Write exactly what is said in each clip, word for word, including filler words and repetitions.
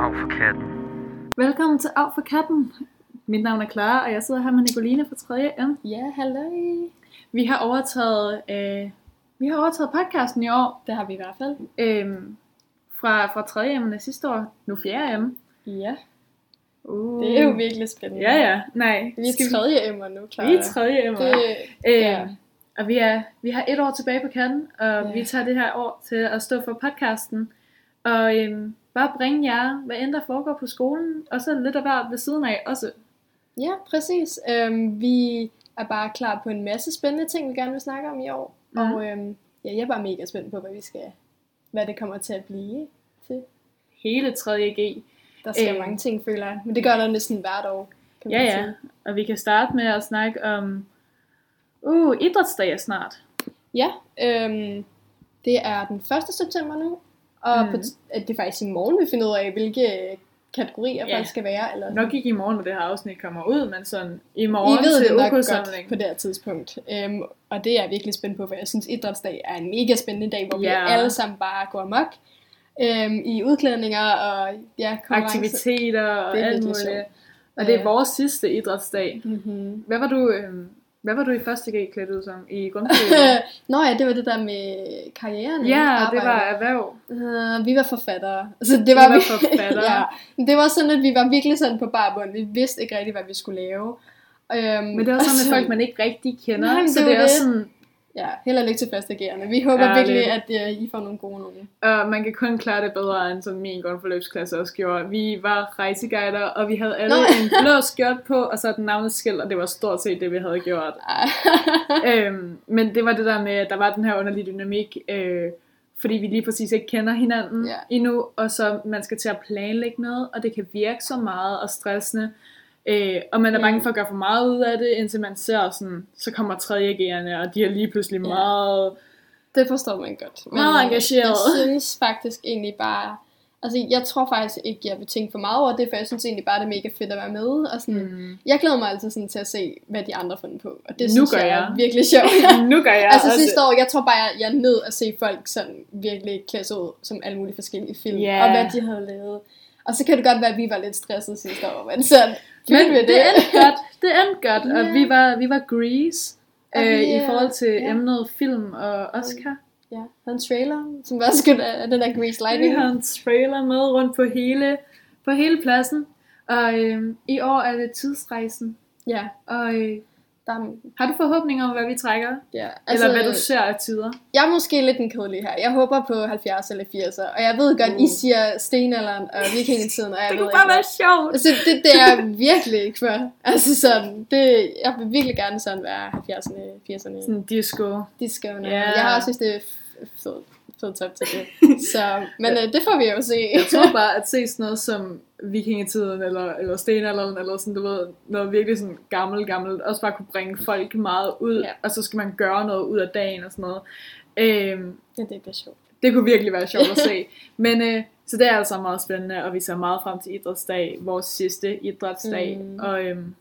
Av for katten. Velkommen til Av for katten. Mit navn er Clara, og jeg sidder her med Nicoline fra tredje M. Ja, hallo. Vi har overtaget, øh, vi har overtaget podcasten i år. Det har vi i hvert fald. Øh, fra, fra tredje M sidste år, nu fjerde M. Ja, Uh. det er jo virkelig spændende. Ja, ja. Nej. Vi er Skal tredje M'er nu, Clara. Vi er tredje M'er. Det, Øh, ja. Og vi, er, vi har et år tilbage på katten, og Ja. vi tager det her år til at stå for podcasten. Og øhm, bare bringe jer, hvad end der foregår på skolen, og så lidt af hvert ved siden af også. Ja, præcis. Øhm, vi er bare klar på en masse spændende ting, vi gerne vil snakke om i år. Mhm. Og øhm, ja, jeg er bare mega spændt på, hvad vi skal, hvad det kommer til at blive til. Hele tredje G. Der sker Øh. mange ting, føler jeg. Men det gør der næsten hvert år, kan man Ja, sige. ja. Og vi kan starte med at snakke om... Uh, idrætsdag er snart. Ja, øhm, det er den første september nu. Og Mm. på t- at det er faktisk i morgen, vi finder ud af, hvilke kategorier Ja. folk skal være. Eller Nok ikke i morgen, når det her afsnit kommer ud, men sådan i I morgen ved til det nok ugesamling. godt på det her tidspunkt. Øhm, og det er jeg virkelig spændt på, for jeg synes, idrætsdag er en mega spændende dag, hvor Ja. vi alle sammen bare går amok. Øhm, I udklædninger og ja, konkurrencer. Aktiviteter og Det er alt virkelig muligt. sjovt. Og det er Ja. vores sidste idrætsdag. Mm-hmm. Hvad var du, øhm, hvad var du i første G klædt ud som i grundskolen? Nå ja, det var det der med karrieren. Ja, arbejde. det var erhverv. Uh, vi var forfattere. Så det Vi var, var vi- forfattere. ja. Det var sådan, at vi var virkelig sådan på barbund. Vi vidste ikke rigtig, hvad vi skulle lave. Um, Men det var sådan med folk, man ikke rigtig kender. Nej, men så det det var er også det. sådan, Ja, held og lykke til første G'erne. Vi håber Ja, virkelig, det- at uh, I får nogle gode nogen. og man kan kun klare det bedre, end sådan min grundforløbsklasse også gjorde. Vi var rejseguider, og vi havde alle Nå. en blå skjort på, og så et navneskilt, og det var stort set det, vi havde gjort. øhm, men det var det der med, at der var den her underlige dynamik, øh, fordi vi lige præcis ikke kender hinanden Ja. endnu, og så man skal til at planlægge noget, og det kan virke så meget og stressende, øh, og man er bange Mm. for at gøre for meget ud af det, indtil man ser sådan, så kommer tredje G'erne, og de er lige pludselig Ja. meget... Det forstår man godt. Meget engageret. Jeg synes faktisk egentlig bare... Altså, jeg tror faktisk ikke, jeg vil tænke for meget over det, for jeg synes egentlig bare, det er mega fedt at være med. Og sådan, Mm. jeg glæder mig altid sådan til at se, hvad de andre har fundet på. Og det Nu synes gør jeg, jeg. er virkelig sjovt. Nu gør jeg Altså også. sidste år, jeg tror bare, jeg, jeg er nødt at se folk sådan virkelig klæde sig ud som alle mulige forskellige film, Ja. og hvad de havde lavet. Og så kan det godt være, at vi var lidt stressede sidste år, men sådan, Men fyldte vi det endte godt, det endte godt, Ja. og vi var, vi var Grease, Og øh, vi, i øh, forhold til ja. emnet film og Oscar. Ja, havde en trailer, som var skudt af den der Grease Vi Lightning. havde en trailer med rundt på hele, på hele pladsen, og øh, i år er det tidsrejsen. Ja, Og øh, der, er- har du forhåbninger om, hvad vi trækker? ja. Altså, eller hvad du ser af tider? Jeg er måske lidt en kedelig her. Jeg håber på halvfjerds eller firs, og jeg ved godt, Uh. I siger stenalderen og vikingetiden, og jeg Det ved kunne bare ikke være sjovt. Altså, det, det er jeg virkelig ikke for. Altså sådan, det, jeg vil virkelig gerne sådan være halvfjerdserne, firserne, Sådan disco. disco'erne. Ja. Jeg har også synes, det er f- fed, fed top til det. Så, men øh, det får vi jo se. Jeg tror bare, at se sådan noget som vikingetiden, eller, eller stenalderen, eller sådan, du ved, noget virkelig sådan gammelt, gammelt, også bare kunne bringe folk meget ud, Ja. og så skal man gøre noget ud af dagen og sådan noget. Øhm, Ja, det bliver sjovt. det kunne virkelig være sjovt at se. Men, øh, så det er altså meget spændende, og vi ser meget frem til idrætsdag, vores sidste idrætsdag. Mm. Og øhm,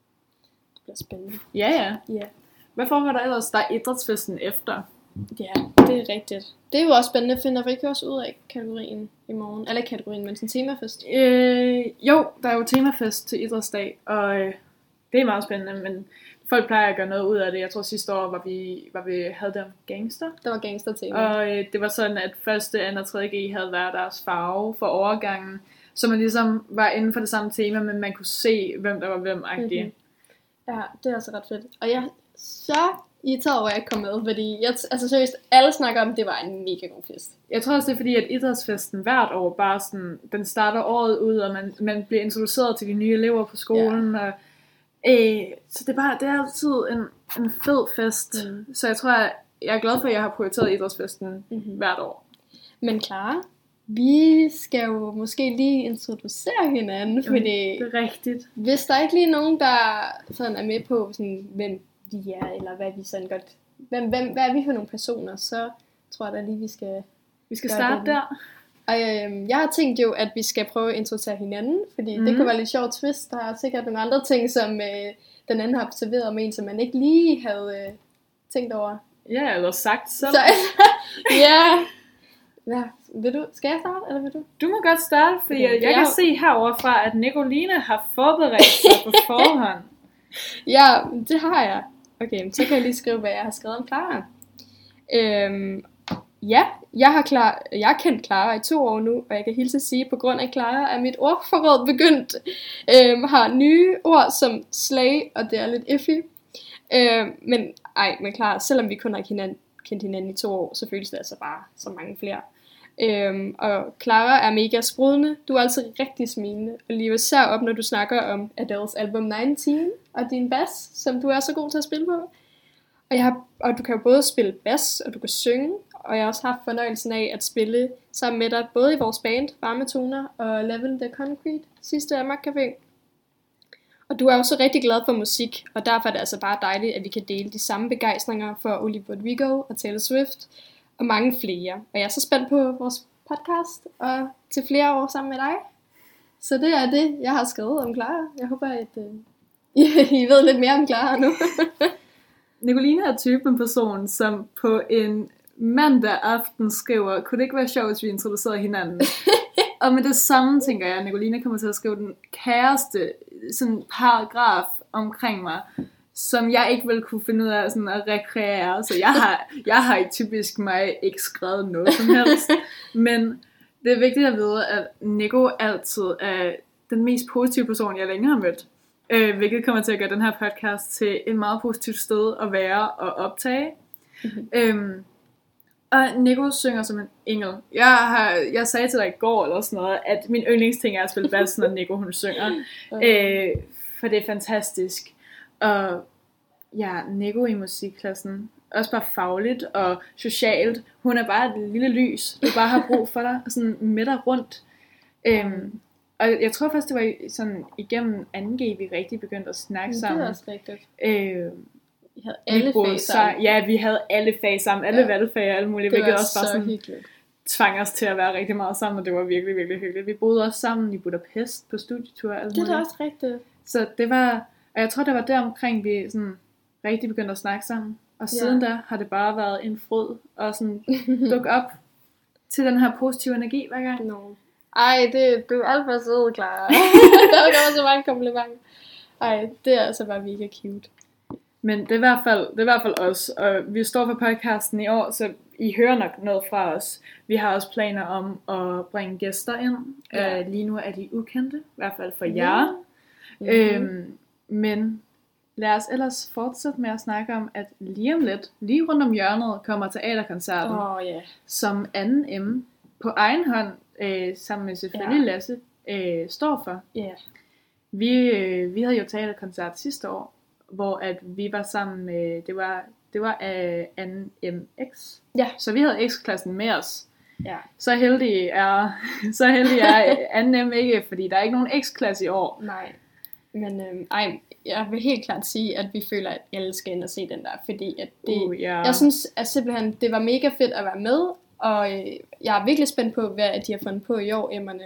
Det bliver spændende. ja, ja. Ja. Hvad foregår der ellers? Der er idrætsfesten efter. Ja, det er rigtigt. Det er jo også spændende. Finder vi ikke også ud af kategorien i morgen? Eller ikke kategorien, men sådan temafest. Øh, jo, der er jo temafest til idrætsdag, og øh, det er meget spændende, men folk plejer at gøre noget ud af det. Jeg tror sidste år var vi, var vi havde det om gangster, Der var gangster-tema. og øh, det var sådan, at første, anden og tredje G havde været deres farve for overgangen, så man ligesom var inden for det samme tema, men man kunne se, hvem der var hvem-agtige. Mhm. Ja, det er altså ret fedt. Og jeg er så irriteret over, at jeg ikke kom med, fordi jeg, altså seriøst, alle snakker om, at det var en mega god fest. Jeg tror også, det er fordi, at idrætsfesten hvert år bare sådan, den starter året ud, og man, man bliver introduceret til de nye elever på skolen, og øh, så det er bare, det er altid en, en fed fest. Mm. Så jeg tror, at jeg er glad for, at jeg har prioriteret idrætsfesten Mhm. hvert år. Men Clara, vi skal jo måske lige introducere hinanden, fordi Det er rigtigt. hvis der er ikke lige nogen, der sådan er med på, sådan, hvem vi er, eller hvad vi sådan godt, hvem, hvem, hvad er vi for nogle personer, så tror jeg da lige, vi skal... Vi skal Gør starte det. der. Og øh, jeg har tænkt jo, at vi skal prøve at introducere hinanden, fordi mm. det Mhm. kunne være lidt sjovt twist. Der er sikkert nogle andre ting, som øh, den anden har observeret om en, som man ikke lige havde øh, tænkt over. Ja, eller sagt selv. Så ja, Ja, vil du, skal jeg starte, eller vil du? Du må godt starte, fordi Okay, jeg jeg- kan se heroverfra, at Nicoline har forberedt sig på forhånd. Ja, det har jeg. Okay, så kan jeg lige skrive, hvad jeg har skrevet om Clara. Øhm, ja, jeg har, klar, jeg har kendt Clara i to år nu, og jeg kan hilse at sige, at på grund af Clara er mit ordforråd begyndt. Øhm, har nye ord som slay, og det er lidt iffy. Øhm, men ej, men Clara, selvom vi kun har hinanden, kendt hinanden i to år, så føles det altså bare så mange flere. Øhm, og Clara er mega sprudende. Du er altid rigtig smilende, og lige især op, når du snakker om Adele's album nitten og din bass, som du er så god til at spille på. Og, jeg har, og du kan jo både spille bass, og du kan synge, og jeg har også haft fornøjelsen af at spille sammen med dig, både i vores band, Varme Toner og Level the Concrete, sidste Amager Café. Og du er også rigtig glad for musik, og derfor er det altså bare dejligt, at vi kan dele de samme begejstringer for Olivia Rodrigo og Taylor Swift, og mange flere. Og jeg er så spændt på vores podcast, og til flere år sammen med dig. Så det er det, jeg har skrevet om Clara. Jeg håber, at uh, I ved lidt mere om Clara nu. Nicoline er typen person, som på en mandag aften skriver, kunne det ikke være sjovt, hvis vi introducerede hinanden? Og med det samme tænker jeg, at Nicoline kommer til at skrive den kæreste sådan paragraf omkring mig, som jeg ikke vil kunne finde ud af sådan at rekreere. Så jeg har, jeg har ikke typisk mig ikke skrevet noget som helst. Men det er vigtigt at vide, at Nico altid er den mest positive person, jeg længe har mødt. Øh, hvilket kommer til at gøre den her podcast til et meget positivt sted at være og optage. Mm-hmm. Øhm, og Nico synger som en engel. Jeg, har, jeg sagde til dig i går eller sådan noget, at min yndlingsting er at spille bass, når Nico hun synger. øh, for det er fantastisk. Og ja, Nico i musikklassen, også bare fagligt og socialt. Hun er bare et lille lys, du bare har brug for dig, sådan med dig rundt. Øhm, og jeg tror faktisk, det var sådan igennem anden G, vi rigtig begyndte at snakke Det sammen. er også rigtigt. Øh, Vi havde alle fag sammen. Ja, vi havde alle fag sammen, alle Ja. valgfag og alle mulige, Det hvilket var også bare så sådan hyggeligt. tvang os til at være rigtig meget sammen, og det var virkelig, virkelig hyggeligt. Vi boede også sammen i Budapest på studietur og alt Det er da muligt. også rigtigt. Så det var, og jeg tror, det var der omkring, vi sådan rigtig begyndte at snakke sammen. Og siden Ja. da har det bare været en fryd og sådan dukke op til den her positive energi hver gang. No. Ej, det, du er alt for sød, Clara. Der var så mange komplimenter. Ej, det er altså bare mega cute. Men det er i hvert fald, det er i hvert fald os, og vi står for podcasten i år, så I hører nok noget fra os. Vi har også planer om at bringe gæster ind. Ja. Uh, lige nu er de ukendte, i hvert fald for Ja. jer. Mm-hmm. Øhm, men lad os ellers fortsætte med at snakke om, at lige om lidt, lige rundt om hjørnet, kommer teaterkoncerten, Åh, ja. som anden M på egen hånd, øh, sammen med selvfølgelig Ja. Lasse, øh, står for. Ja. Vi, øh, vi havde jo teaterkoncert sidste år, hvor at vi var sammen med, det var, det var øh, anden M X. Ja. Så vi havde X-klassen med os. Ja. Så heldig er, så heldig er anden M ikke, fordi der er ikke nogen X-klasse i år. Nej. Men øhm, ej, jeg vil helt klart sige, at vi føler, at alle skal ind og se den der, fordi at det, Uh, ja. jeg synes at simpelthen, det var mega fedt at være med, og øh, jeg er virkelig spændt på, hvad de har fundet på i år, emmerne.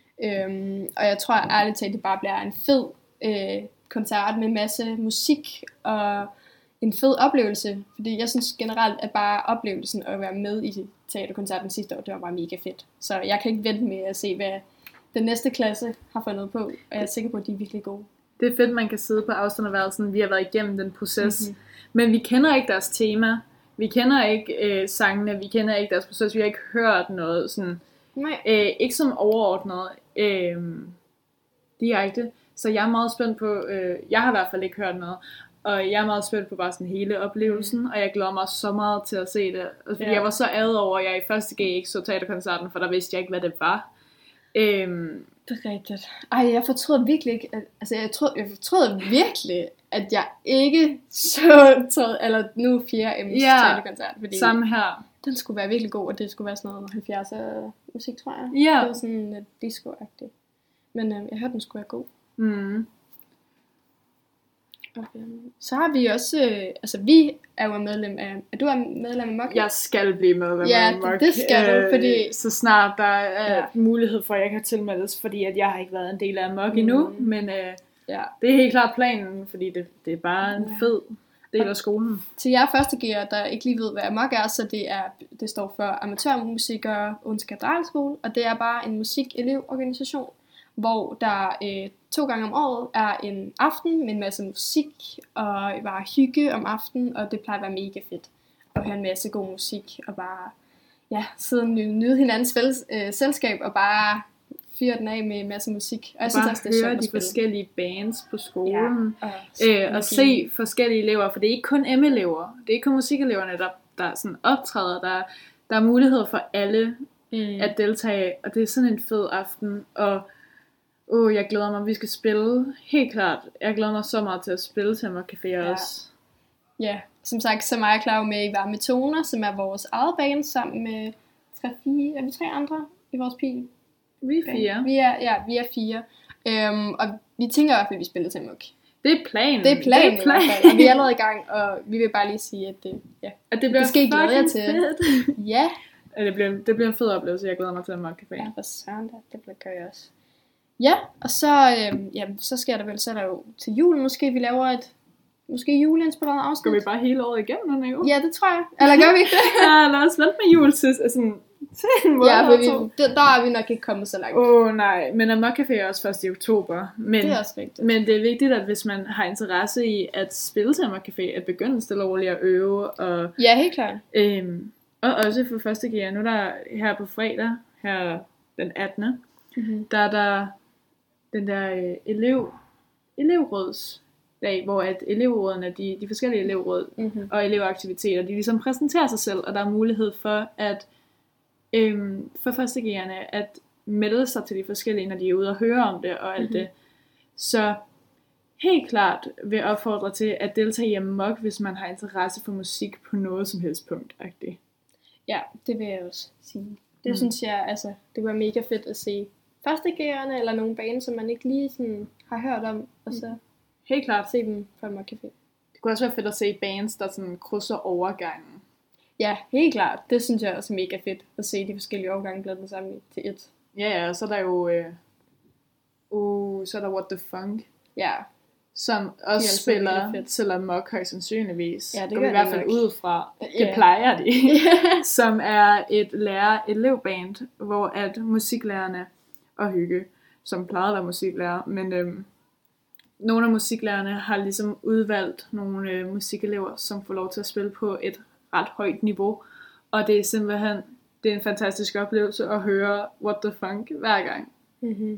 Øhm, og jeg tror ærligt talt, det bare bliver en fed øh, koncert med masse musik og en fed oplevelse, fordi jeg synes generelt, at bare oplevelsen at være med i teaterkoncerten sidste år, det var bare mega fedt. Så jeg kan ikke vente med at se, hvad den næste klasse har fundet på, og jeg er sikker på, at de er virkelig gode. Det er fedt, man kan sidde på afstand og være sådan, vi har været igennem den proces. Mhm. Men vi kender ikke deres tema. Vi kender ikke øh, sangene. Vi kender ikke deres proces. Vi har ikke hørt noget sådan. Nej. Øh, ikke som overordnet øh, direkte. Så jeg er meget spændt på, øh, jeg har i hvert fald ikke hørt noget. Og jeg er meget spændt på bare sådan hele oplevelsen. Mm. Og jeg glæder mig så meget til at se det. Fordi Ja. jeg var så ærget over, at jeg i første G ikke så teaterkoncerten, for der vidste jeg ikke, hvad det var. Øh, Det er rigtigt. Ej, jeg fortrød virkelig ikke, at, altså jeg, troede, jeg fortrød virkelig, at jeg ikke så, så eller nu fjerde M's Ja, teaterkoncert, fordi samme her. den skulle være virkelig god, og det skulle være sådan noget halvfjerdser musik, tror jeg. Ja. Det var sådan lidt disco-agtigt. Men øh, jeg hørte, den skulle være god. Mm. Okay. Så har vi også, øh, altså vi er jo medlem af, er du er medlem af Mocky? Jeg skal blive medlem Ja, af Mark, det skal du, fordi- så snart der er Ja. mulighed for, at jeg kan tilmeldes, fordi at jeg har ikke været en del af Mock endnu, Mm. men øh, Ja. det er helt klart planen, fordi det, det er bare en Ja. fed del af skolen. Til jer første G'ere, der ikke lige ved, hvad amok er, så det, er, det står for Amatørmusikere Odense Katedralskole, og det er bare en musik-elevorganisation, hvor der øh, to gange om året er en aften med en masse musik og bare hygge om aftenen, og det plejer at være mega fedt at høre en masse god musik og bare ja, sidde og nyde hinandens fælles, øh, selskab og bare fyre den af med en masse musik. Og jeg synes bare også, det er høre sjovt de at spille. forskellige bands på skolen, Ja, og, øh, og se forskellige elever, for det er ikke kun M-elever, det er ikke kun musikeleverne, der, der sådan optræder, der, der er mulighed for alle mm. at deltage, og det er sådan en fed aften, og oh, jeg glæder mig, vi skal spille, helt klart, jeg glæder mig så meget til at spille til Amok Café Ja. også. Ja, som sagt, så er mig og Clara med i Varme Toner, som er vores eget band, sammen med tre, fire, er vi tre andre i vores pige? Vi er fire. Vi er, ja, vi er fire. Øhm, og vi tænker i hvert fald, at vi spiller til Amok. Det er planen. Det er planen, det er planen. i hvert fald. Og vi er allerede i gang, og vi vil bare lige sige, at det, ja. Og det bliver Det skal I glæde jer fucking til. fedt. Ja. Ja, det bliver, det bliver en fed oplevelse, jeg glæder mig til Amok Café. Ja, for søren da. Det bliver gør jeg også. Ja, og så, øhm, jamen, så sker der vel, så er der jo til julen, måske vi laver et, måske juleinspireret afsnit. Skal vi bare hele året igennem nu, Nico? Ja, det tror jeg. Eller gør vi ikke det? Ja, lad os vente med jul til, altså, til en måned. Ja, for vi, der, der er vi nok ikke kommet så langt. Åh oh, nej, men Amok Café er også først i oktober. Men, Det er også rigtigt. men det er vigtigt, at hvis man har interesse i at spille til Amok Café, at begynde stille og roligt at øve. Og, Ja, helt klart. øhm, og også for første G'er. Nu der her på fredag, her den attende Mm-hmm. der er der den der øh, elev, elevrådsdag, hvor at elevrådene, de, de forskellige elevråd Mm-hmm. og elevaktiviteter, de ligesom præsenterer sig selv, og der er mulighed for at øhm, for første G'erne at melde sig til de forskellige, når de er ude og høre om det og alt Mhm. det. Så helt klart vil jeg opfordre til at deltage i Amok, hvis man har interesse for musik på noget som helst punkt. -agtigt. Ja, det vil jeg også sige. Det Mm. mm. synes jeg, altså, det var mega fedt at se førstegærerne, eller nogle baner, som man ikke lige sådan har hørt om, og så Helt klart. se dem på Amok Café. Det kunne også være fedt at se bands, der sådan krydser overgangen. Ja, helt klart. Det synes jeg også er mega fedt, at se de forskellige overgange blandet sammen til et. Ja, ja, og så er der jo øh, uh, så er der What the Funk, Ja, som også altså spiller virkelig fedt. til Amok højst sandsynligvis. Ja, det Går gør vi i hvert de fald nok. ud fra. Det Ja. plejer de. Som er et lærer-elevband, hvor at musiklærerne og Hygge, som plejede at være musiklærer, men øhm, nogle af musiklærerne har ligesom udvalgt nogle øh, musikelever, som får lov til at spille på et ret højt niveau, og det er simpelthen det er en fantastisk oplevelse at høre What the Funk hver gang. mm-hmm.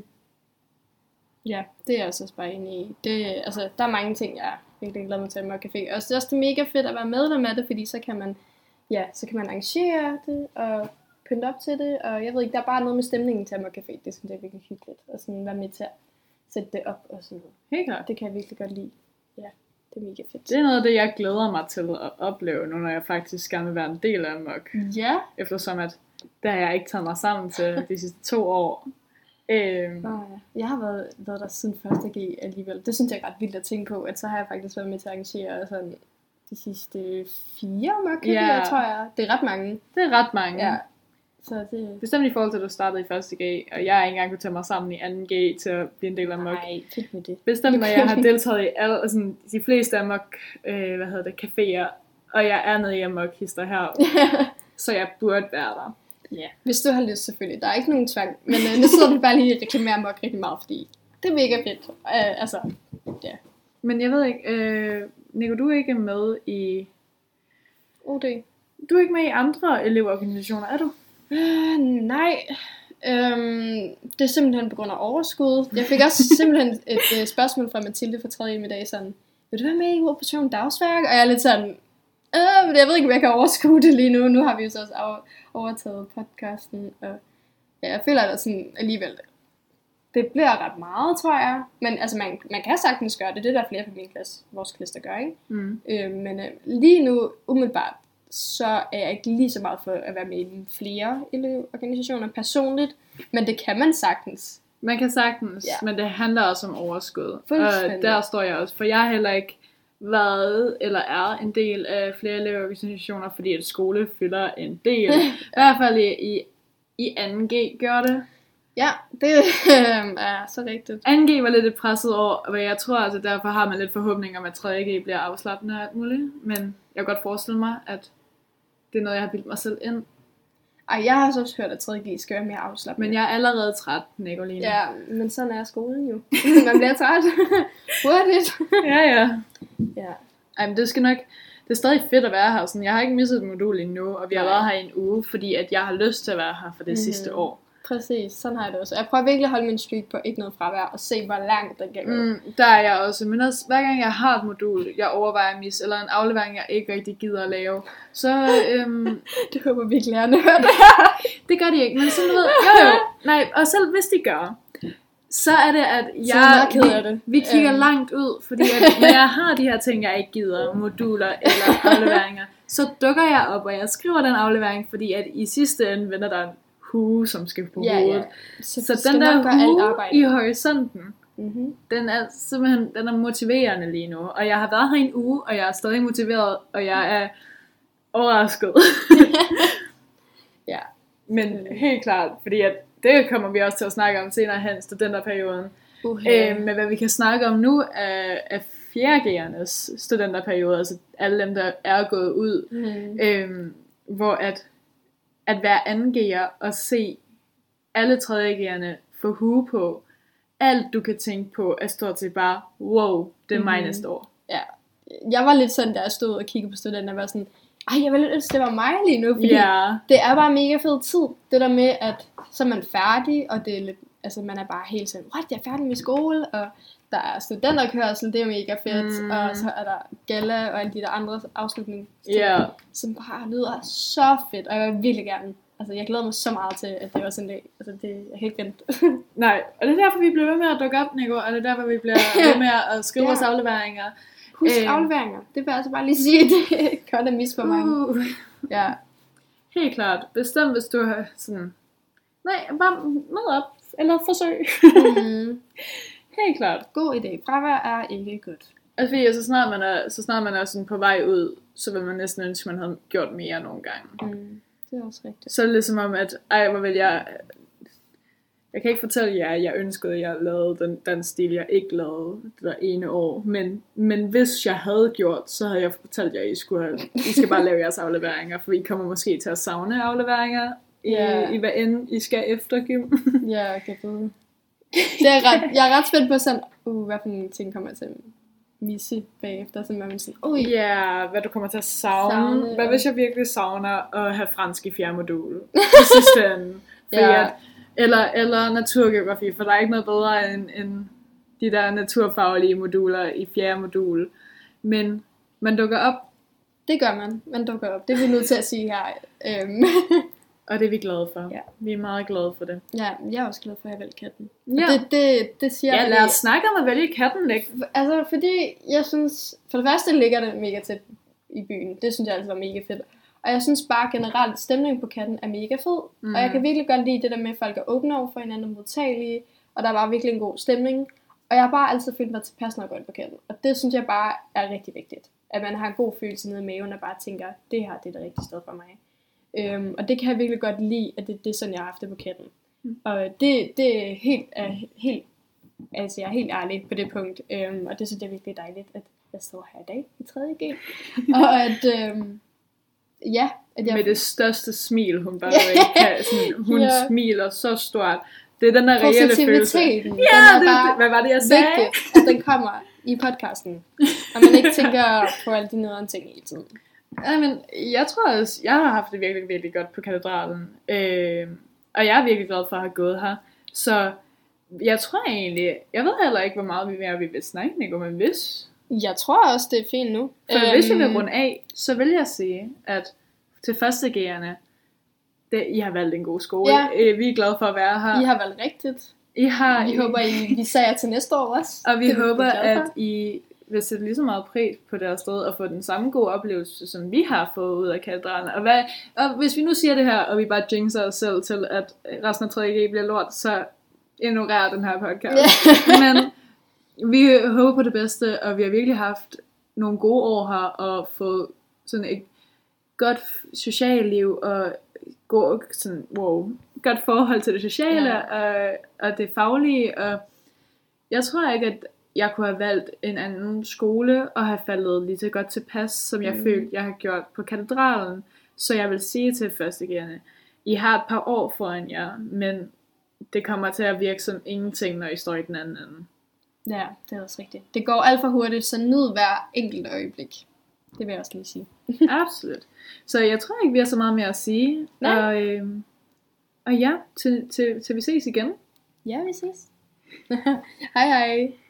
Ja, det er jeg også bare enig i. Det, altså, der er mange ting, jeg virkelig glæder mig til Amok Café. Og det er også det mega fedt at være medlem af det, fordi så kan man, ja, så kan man arrangere det og pynte op til det. Og jeg ved ikke, der er bare noget med stemningen til Amok Café. Det synes jeg er virkelig hyggeligt. Og sådan være med til at sætte det op og sådan noget. Helt klart. Det kan jeg virkelig godt lide. Ja, det er mega fedt. Det er noget af det, jeg glæder mig til at opleve, nu når jeg faktisk gerne vil være en del af Amok. Ja. Eftersom at, der har jeg ikke taget mig sammen til de sidste to år. Øhm, Nå, ja. Jeg har været, været der siden første G alligevel. Det synes jeg er ret vildt at tænke på, at så har jeg faktisk været med til at arrangere sådan de sidste fire Amok Caféer, Ja. tror jeg. Det er ret mange. det er ret mange. Ja. Så det... Bestemt i forhold til, at du startede i første G, og jeg har ikke engang kunne tage mig sammen i anden G til at blive en del af Amok. Nej, fedt med det. Bestemt, når jeg har deltaget i alle, altså, de fleste Amok, øh, hvad hedder det, caféer, og jeg er nede i Amok-hister her, så jeg burde være der. Ja, hvis du har lyst selvfølgelig. Der er ikke nogen tvang. Men øh, nu sidder vi bare lige og reklamerer Amok rigtig meget, fordi det er mega fedt. Uh, altså, ja. Men jeg ved ikke, øh, Nico, du er ikke med i... O D. Du er ikke med i andre elevorganisationer, er du? Uh, nej. Um, det er simpelthen på grund af overskud. Jeg fik også simpelthen et uh, spørgsmål fra Mathilde fra tredje i dag, sådan, vil du være med i Operation Dagsværk? Og jeg er lidt sådan, øh, men jeg ved ikke, om jeg kan overskue det lige nu. Nu har vi jo så også over- overtaget podcasten, og ja, jeg føler da sådan alligevel, det bliver ret meget, tror jeg. Men altså, man, man kan sagtens gøre det. Det er der flere fra min klasse, vores klasse, der gør, ikke? Mm. Øh, men øh, lige nu, umiddelbart, så er jeg ikke lige så meget for at være med i flere elevorganisationer personligt. Men det kan man sagtens. Man kan sagtens, Ja. men det handler også om overskud. Og Fuldstændig. der står jeg også, for jeg har heller ikke været eller er en del af flere elevorganisationer, fordi at skole fylder en del. I hvert fald i, i, i anden G gør det. Ja, det øh, er så rigtigt. anden G var lidt et presset år, og jeg tror altså derfor har man lidt forhåbning om, at tredje G bliver afslappende og alt muligt. Men jeg kan godt forestille mig, at det er noget, jeg har bildt mig selv ind. Ej, jeg har så også hørt, at tredje G skal være mere afslappende. Men jeg er allerede træt, Nicoline. Ja, men sådan er skolen jo. Man bliver træt. Hurtigt. ja, ja. Ja. Ej, men det skal nok... Det er stadig fedt at være her. Sådan, jeg har ikke misset et modul endnu, og vi har Nej. været her i en uge, fordi at jeg har lyst til at være her for det mm-hmm. sidste år. Præcis, sådan har jeg det også. Jeg prøver virkelig at holde min streak på ikke noget fravær, og se, hvor langt den kan gå. Mm, der er jeg også. Men også, hver gang jeg har et modul, jeg overvejer at misse, eller en aflevering, jeg ikke rigtig gider at lave, så... Øhm, det håber vi ikke lærerne hører det. det gør de ikke, men sådan, du ved... Jo, jo. Nej, og selv hvis de gør... Så er det, at jeg, så vi, det. vi kigger um. langt ud, fordi at, når jeg har de her ting, jeg ikke gider, moduler eller afleveringer, så dukker jeg op, og jeg skriver den aflevering, fordi at i sidste ende vender der en hue, som skal på ja, hovedet. Ja. Så, så den der hue i horisonten, mm-hmm. den er simpelthen den er motiverende lige nu. Og jeg har været her i en uge, og jeg er stadig motiveret, og jeg er overrasket. ja. Men helt klart, fordi at det kommer vi også til at snakke om senere hen, studenterperioden. Uh-huh. Øh, men hvad vi kan snakke om nu er, er fjerde G'ernes studenterperiode, altså alle dem, der er gået ud. Uh-huh. Øh, hvor at, at være anden G'er og se alle tredje G'erne få hue på, alt du kan tænke på, er stort set bare, wow, det er mig uh-huh. næste år. Ja. Jeg var lidt sådan, da jeg stod og kiggede på studenter, og var sådan, ej, jeg ville ønske, det var mig lige nu, fordi yeah. det er bare mega fed tid. Det der med, at så er man færdig, og det er lidt, altså man er bare helt sådan, what, jeg er færdig med skole, og der er studenterkørsel, det er mega fedt, mm. og så er der gala og alle de der andre afslutninger, yeah. som bare lyder så fedt, og jeg vil virkelig gerne, altså jeg glæder mig så meget til, at det var sådan en dag, altså det, jeg kan ikke vente. Nej, og det er derfor, vi bliver ved med at dukke op, Nico, og det er derfor, vi bliver ved med at skrive yeah. vores afleveringer. Husk øh. afleveringer. Det vil jeg altså bare lige sige, det er godt at misse for mange. Uh. Ja. Helt klart. Bestemt, hvis du har sådan... Nej, bare med op. Eller forsøg. Mm. Helt klart. God idé. Fravær er ikke godt. Altså fordi, så snart man er, så snart man er sådan på vej ud, så vil man næsten ønske, man havde gjort mere nogle gange. Mm. Det er også rigtigt. Så er det ligesom om, at ej, hvor vil jeg... Jeg kan ikke fortælle jer, at jeg ønskede, at jeg lavede den, den stil, jeg ikke lavede det der ene år. Men, men hvis jeg havde gjort, så havde jeg fortalt jer, at I, skulle have, I skal bare lave jeres afleveringer. For I kommer måske til at savne afleveringer, i, yeah. i hvad end I skal efter gym. Ja, jeg kan vide. Det er ret, jeg er ret spændt på sådan, uh, hvad for nogle ting kommer jeg til at misse bagefter. Så man sådan, uh. Ja, yeah, hvad du kommer til at savne. savne hvad hvis jeg virkelig savner at have fransk i fjerde modul? I sidste ende. Fordi yeah. at Eller, eller naturgeografi, for der er ikke noget bedre end, end de der naturfaglige moduler i fjerde modul. Men man dukker op. Det gør man. Man dukker op. Det er vi nødt til at sige her. Øhm. Og det er vi glade for. Ja. Vi er meget glade for det. Ja, jeg er også glad for, at jeg valgte katten. Ja. Det, det, det siger ja, lad os snakke om at vælge katten, ikke? Altså, fordi jeg synes, for det første ligger det mega tæt i byen. Det synes jeg altså var mega fedt. Og jeg synes bare generelt, stemningen på katten er mega fed. Mm. Og jeg kan virkelig godt lide det der med, at folk er åbne over for hinanden, modtagelige. Og der er bare virkelig en god stemning. Og jeg har bare altid følt mig tilpas, når jeg går ind på katten. Og det synes jeg bare er rigtig vigtigt. At man har en god følelse nede i maven, og bare tænker, det her det er det rigtige sted for mig. Øhm, og det kan jeg virkelig godt lide, at det, det er sådan, jeg har haft det på katten. Mm. Og det, det er helt, er helt, altså jeg er helt ærlig på det punkt. Øhm, og det synes jeg virkelig er dejligt, at jeg står her i dag i tredje G. Og at... Øhm, Ja, at jeg... Med det største smil, hun bare kan. Sådan, hun ja. smiler så stort. Det er den der reelle følelse. Ja, det, det, hvad var det, jeg sagde? Vigtigt, at den kommer i podcasten. Og man ikke tænker på alle de nederen ting hele tiden. Ja, men jeg tror også, jeg har haft det virkelig, virkelig godt på katedralen. Øh, og jeg er virkelig glad for at have gået her. Så jeg tror egentlig, jeg ved heller ikke, hvor meget vi vil, vi vil snakke, Nico, men hvis... Jeg tror også, det er fint nu. For øhm, hvis vi vil runde af, så vil jeg sige, at til første G'erne, det, I har valgt en god skole. Ja. Vi er glade for at være her. I har valgt rigtigt. I har, vi I, håber, I, vi siger til næste år også. Og vi det, håber, at I vil sætte lige så meget pris på deres sted, og få den samme gode oplevelse, som vi har fået ud af katedralen. Og, hvad, og hvis vi nu siger det her, og vi bare jinxer os selv til, at resten af tredje G bliver lort, så ignorer den her podcast. Yeah. Men vi håber på det bedste, og vi har virkelig haft nogle gode år her, og fået sådan et godt socialt liv, og gå, sådan, wow, godt forhold til det sociale ja. og, og det faglige, og jeg tror ikke, at jeg kunne have valgt en anden skole og have faldet lige så godt tilpas, som jeg mm. følte, jeg har gjort på katedralen. Så jeg vil sige til førstegærende, I har et par år foran jer, men det kommer til at virke som ingenting, når I står i den anden ende. Ja, det er også rigtigt. Det går alt for hurtigt, så nyd hver enkelt øjeblik. Det vil jeg også lige sige. Absolut. Så jeg tror ikke, vi har så meget mere at sige. Nej. Og, øh, og ja, til, til, til vi ses igen. Ja, vi ses. Hej hej.